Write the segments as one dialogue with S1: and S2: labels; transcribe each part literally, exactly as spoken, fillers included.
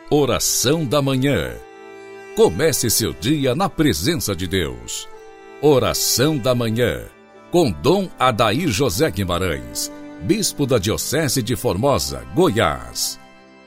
S1: Oração da Manhã. Comece seu dia na presença de Deus. Oração da Manhã, com Dom Adair José Guimarães, Bispo da Diocese de Formosa, Goiás.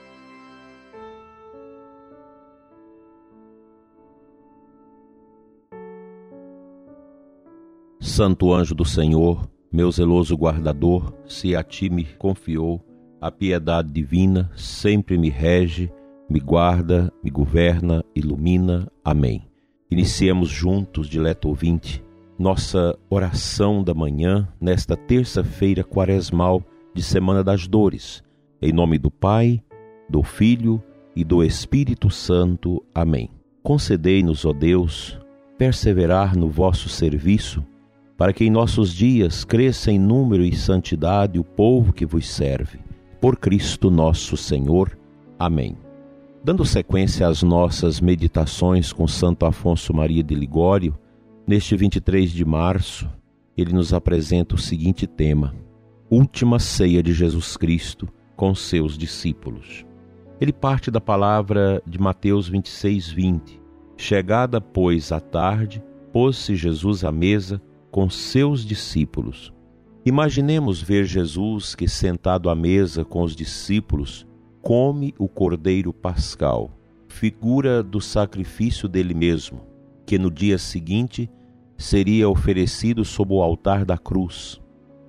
S2: Santo anjo do Senhor, meu zeloso guardador, se a ti me confiou, a piedade divina sempre me rege, me guarda, me governa, ilumina. Amém. Iniciemos juntos, dileto ouvinte, nossa oração da manhã nesta terça-feira quaresmal de Semana das Dores. Em nome do Pai, do Filho e do Espírito Santo. Amém. Concedei-nos, ó Deus, perseverar no vosso serviço, para que em nossos dias cresça em número e santidade o povo que vos serve. Por Cristo nosso Senhor. Amém. Dando sequência às nossas meditações com Santo Afonso Maria de Ligório, neste vinte e três de março, ele nos apresenta o seguinte tema: Última Ceia de Jesus Cristo com seus discípulos. Ele parte da palavra de Mateus vinte e seis, vinte. Chegada, pois, a tarde, pôs-se Jesus à mesa com seus discípulos. Imaginemos ver Jesus que, sentado à mesa com os discípulos, come o cordeiro pascal, figura do sacrifício dele mesmo, que no dia seguinte seria oferecido sob o altar da cruz.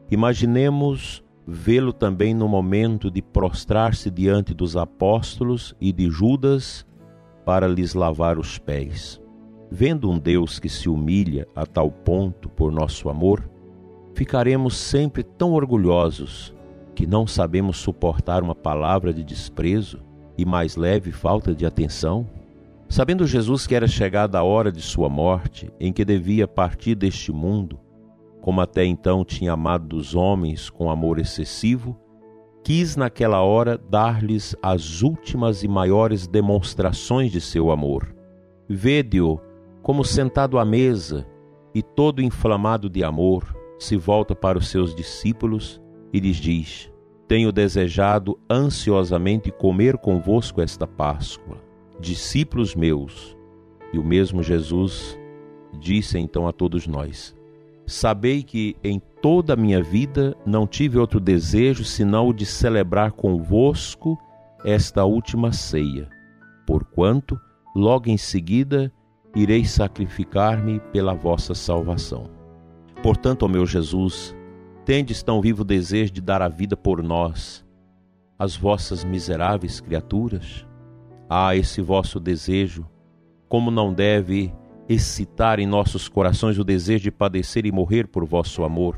S2: Imaginemos vê-lo também no momento de prostrar-se diante dos apóstolos e de Judas para lhes lavar os pés. Vendo um Deus que se humilha a tal ponto por nosso amor, ficaremos sempre tão orgulhosos que não sabemos suportar uma palavra de desprezo e mais leve falta de atenção? Sabendo Jesus que era chegada a hora de sua morte, em que devia partir deste mundo, como até então tinha amado os homens com amor excessivo, quis naquela hora dar-lhes as últimas e maiores demonstrações de seu amor. Vede-o como sentado à mesa e todo inflamado de amor, se volta para os seus discípulos e lhes diz: tenho desejado ansiosamente comer convosco esta Páscoa, discípulos meus. E o mesmo Jesus disse então a todos nós: sabei que em toda a minha vida não tive outro desejo senão o de celebrar convosco esta última ceia, porquanto logo em seguida irei sacrificar-me pela vossa salvação. Portanto, ó meu Jesus, tendes tão vivo desejo de dar a vida por nós, as vossas miseráveis criaturas? Ah, esse vosso desejo, como não deve excitar em nossos corações o desejo de padecer e morrer por vosso amor,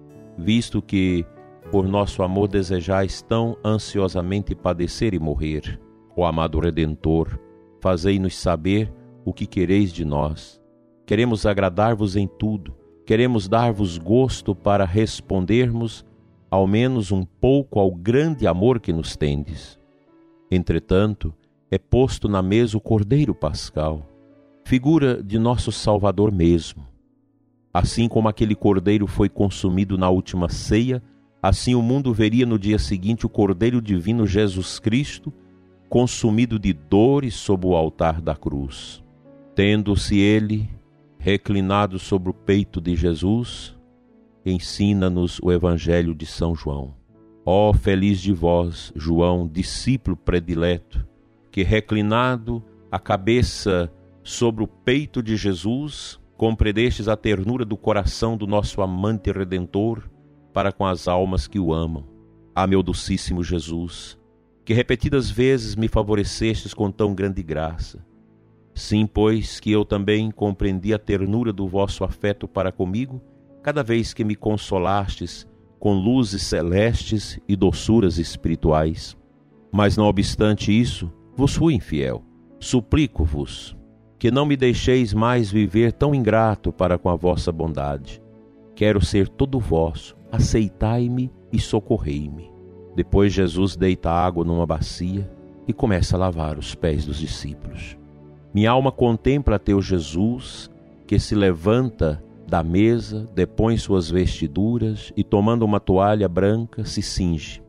S2: visto que por nosso amor desejais tão ansiosamente padecer e morrer. Ó amado Redentor, fazei-nos saber o que quereis de nós. Queremos agradar-vos em tudo, queremos dar-vos gosto para respondermos ao menos um pouco ao grande amor que nos tendes. Entretanto, é posto na mesa o cordeiro pascal, figura de nosso Salvador mesmo. Assim como aquele cordeiro foi consumido na última ceia, assim o mundo veria no dia seguinte o cordeiro divino Jesus Cristo consumido de dores sob o altar da cruz. Tendo-se ele reclinado sobre o peito de Jesus, ensina-nos o Evangelho de São João. Ó feliz de vós, João, discípulo predileto, que reclinado a cabeça sobre o peito de Jesus, compreendestes a ternura do coração do nosso amante Redentor para com as almas que o amam. Ah, meu docíssimo Jesus, que repetidas vezes me favorecestes com tão grande graça. Sim, pois que eu também compreendi a ternura do vosso afeto para comigo, cada vez que me consolastes com luzes celestes e doçuras espirituais. Mas não obstante isso, vos fui infiel. Suplico-vos que não me deixeis mais viver tão ingrato para com a vossa bondade. Quero ser todo vosso, aceitai-me e socorrei-me. Depois Jesus deita água numa bacia e começa a lavar os pés dos discípulos. Minha alma contempla teu Jesus, que se levanta da mesa, depõe suas vestiduras e, tomando uma toalha branca, se cinge.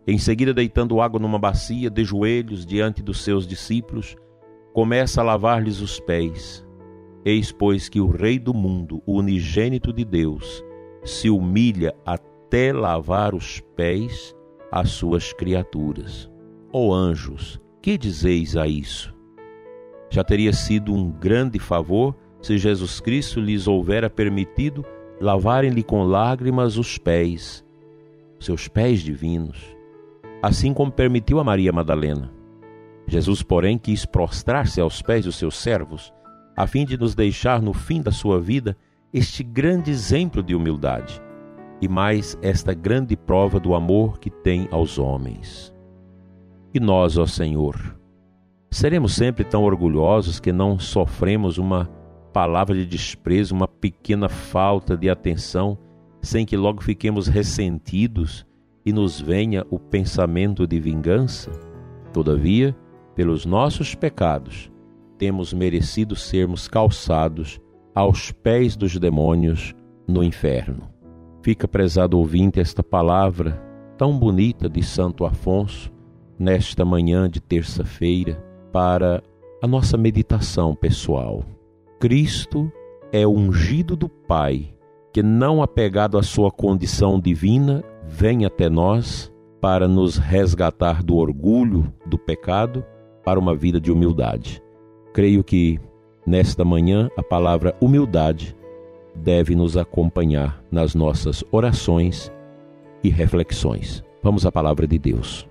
S2: Em seguida, deitando água numa bacia, de joelhos diante dos seus discípulos, começa a lavar-lhes os pés. Eis, pois, que o Rei do mundo, o unigênito de Deus, se humilha até lavar os pés às suas criaturas. Ó anjos, que dizeis a isso? Já teria sido um grande favor se Jesus Cristo lhes houvera permitido lavarem-lhe com lágrimas os pés, seus pés divinos, assim como permitiu a Maria Madalena. Jesus, porém, quis prostrar-se aos pés dos seus servos, a fim de nos deixar no fim da sua vida este grande exemplo de humildade, e mais esta grande prova do amor que tem aos homens. E nós, ó Senhor, seremos sempre tão orgulhosos que não sofremos uma palavra de desprezo, uma pequena falta de atenção, sem que logo fiquemos ressentidos e nos venha o pensamento de vingança? Todavia, pelos nossos pecados, temos merecido sermos calçados aos pés dos demônios no inferno. Fica, prezado ouvinte, esta palavra tão bonita de Santo Afonso, nesta manhã de terça-feira, para a nossa meditação pessoal. Cristo é o ungido do Pai, que, não apegado à sua condição divina, vem até nós para nos resgatar do orgulho, do pecado, para uma vida de humildade. Creio que, nesta manhã, a palavra humildade deve nos acompanhar nas nossas orações e reflexões. Vamos à palavra de Deus.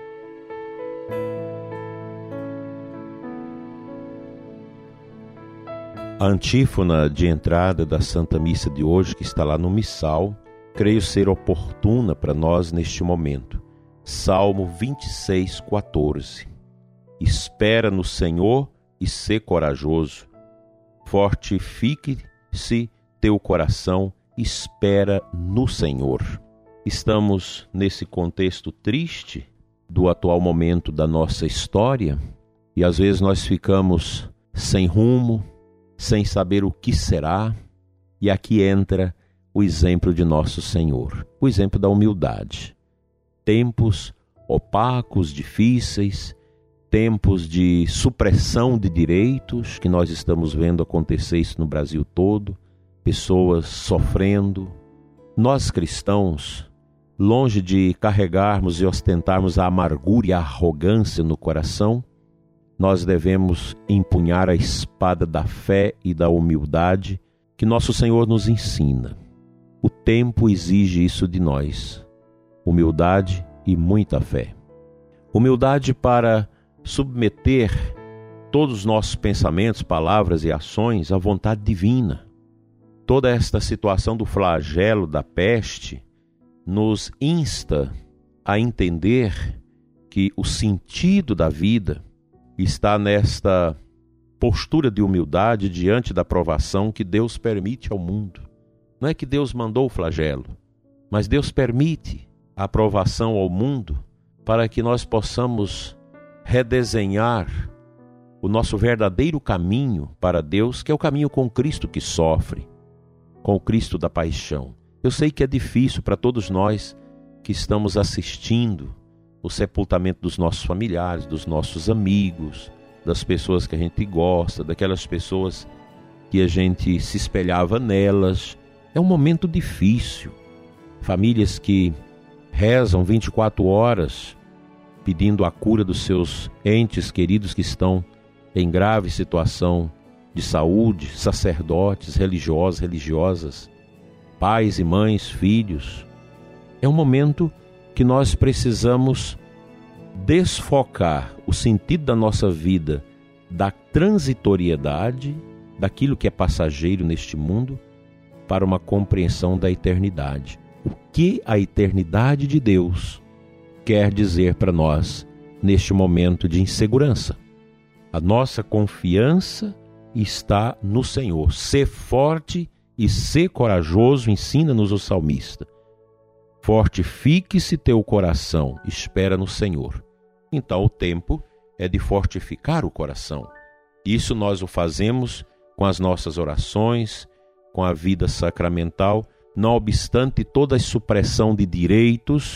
S2: A antífona de entrada da Santa Missa de hoje, que está lá no Missal, creio ser oportuna para nós neste momento. Salmo vinte e seis, quatorze. Espera no Senhor e sê corajoso. Fortifique-se teu coração, espera no Senhor. Estamos nesse contexto triste do atual momento da nossa história e às vezes nós ficamos sem rumo, sem saber o que será, e aqui entra o exemplo de nosso Senhor, o exemplo da humildade. Tempos opacos, difíceis, tempos de supressão de direitos, que nós estamos vendo acontecer isso no Brasil todo, pessoas sofrendo. Nós cristãos, longe de carregarmos e ostentarmos a amargura e a arrogância no coração, nós devemos empunhar a espada da fé e da humildade que nosso Senhor nos ensina. O tempo exige isso de nós, humildade e muita fé. Humildade para submeter todos os nossos pensamentos, palavras e ações à vontade divina. Toda esta situação do flagelo da peste nos insta a entender que o sentido da vida está nesta postura de humildade diante da provação que Deus permite ao mundo. Não é que Deus mandou o flagelo, mas Deus permite a provação ao mundo para que nós possamos redesenhar o nosso verdadeiro caminho para Deus, que é o caminho com Cristo que sofre, com o Cristo da paixão. Eu sei que é difícil para todos nós que estamos assistindo o sepultamento dos nossos familiares, dos nossos amigos, das pessoas que a gente gosta, daquelas pessoas que a gente se espelhava nelas. É um momento difícil. Famílias que rezam vinte e quatro horas pedindo a cura dos seus entes queridos que estão em grave situação de saúde, sacerdotes, religiosos, religiosas, pais e mães, filhos. É um momento que nós precisamos desfocar o sentido da nossa vida da transitoriedade, daquilo que é passageiro neste mundo, para uma compreensão da eternidade. O que a eternidade de Deus quer dizer para nós neste momento de insegurança? A nossa confiança está no Senhor. Ser forte e ser corajoso, ensina-nos o salmista. Fortifique-se teu coração, espera no Senhor. Então o tempo é de fortificar o coração. Isso nós o fazemos com as nossas orações, com a vida sacramental, não obstante toda a supressão de direitos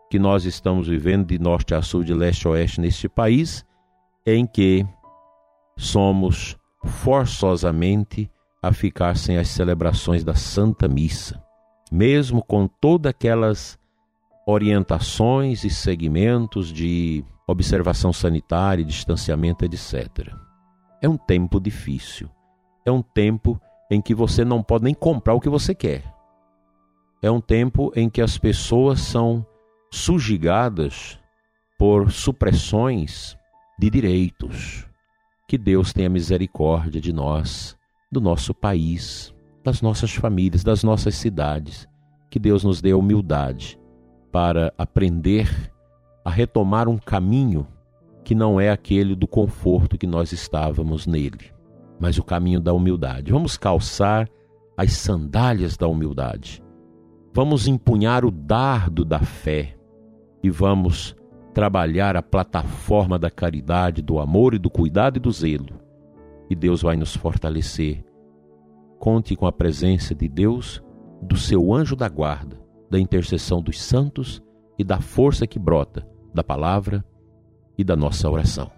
S2: que nós estamos vivendo de norte a sul, de leste a oeste neste país, em que somos forçosamente a ficar sem as celebrações da Santa Missa, mesmo com todas aquelas orientações e segmentos de observação sanitária, distanciamento, etcétera. É um tempo difícil, é um tempo em que você não pode nem comprar o que você quer. É um tempo em que as pessoas são subjugadas por supressões de direitos. Que Deus tenha misericórdia de nós, do nosso país, das nossas famílias, das nossas cidades. Que Deus nos dê humildade para aprender a retomar um caminho que não é aquele do conforto que nós estávamos nele, mas o caminho da humildade. Vamos calçar as sandálias da humildade. Vamos empunhar o dardo da fé e vamos trabalhar a plataforma da caridade, do amor e do cuidado e do zelo. E Deus vai nos fortalecer. Conte com a presença de Deus, do seu anjo da guarda, da intercessão dos santos e da força que brota da palavra e da nossa oração.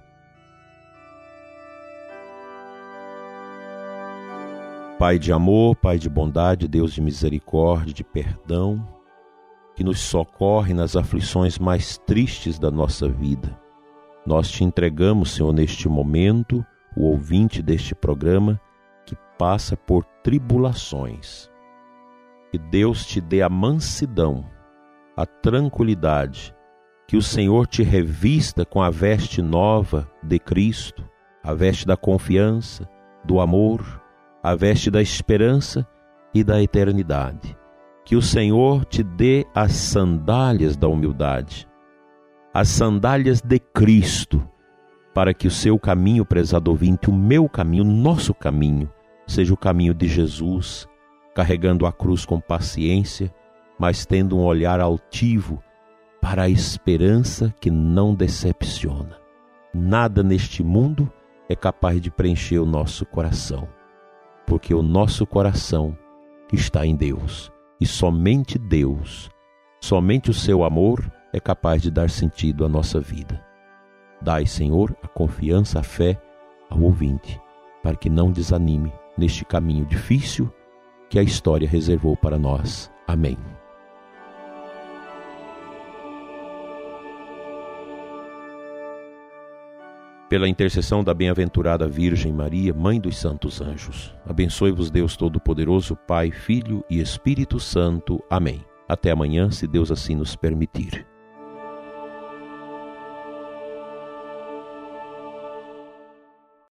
S2: Pai de amor, Pai de bondade, Deus de misericórdia, de perdão, que nos socorre nas aflições mais tristes da nossa vida. Nós te entregamos, Senhor, neste momento, o ouvinte deste programa que passa por tribulações. Que Deus te dê a mansidão, a tranquilidade, que o Senhor te revista com a veste nova de Cristo, a veste da confiança, do amor, a veste da esperança e da eternidade. Que o Senhor te dê as sandálias da humildade, as sandálias de Cristo, para que o seu caminho, prezado ouvinte, o meu caminho, o nosso caminho, seja o caminho de Jesus, carregando a cruz com paciência, mas tendo um olhar altivo para a esperança que não decepciona. Nada neste mundo é capaz de preencher o nosso coração, porque o nosso coração está em Deus, e somente Deus, somente o seu amor é capaz de dar sentido à nossa vida. Dai, Senhor, a confiança, a fé ao ouvinte, para que não desanime neste caminho difícil que a história reservou para nós. Amém. Pela intercessão da bem-aventurada Virgem Maria, Mãe dos Santos Anjos, abençoe-vos Deus Todo-Poderoso, Pai, Filho e Espírito Santo. Amém. Até amanhã, se Deus assim nos permitir.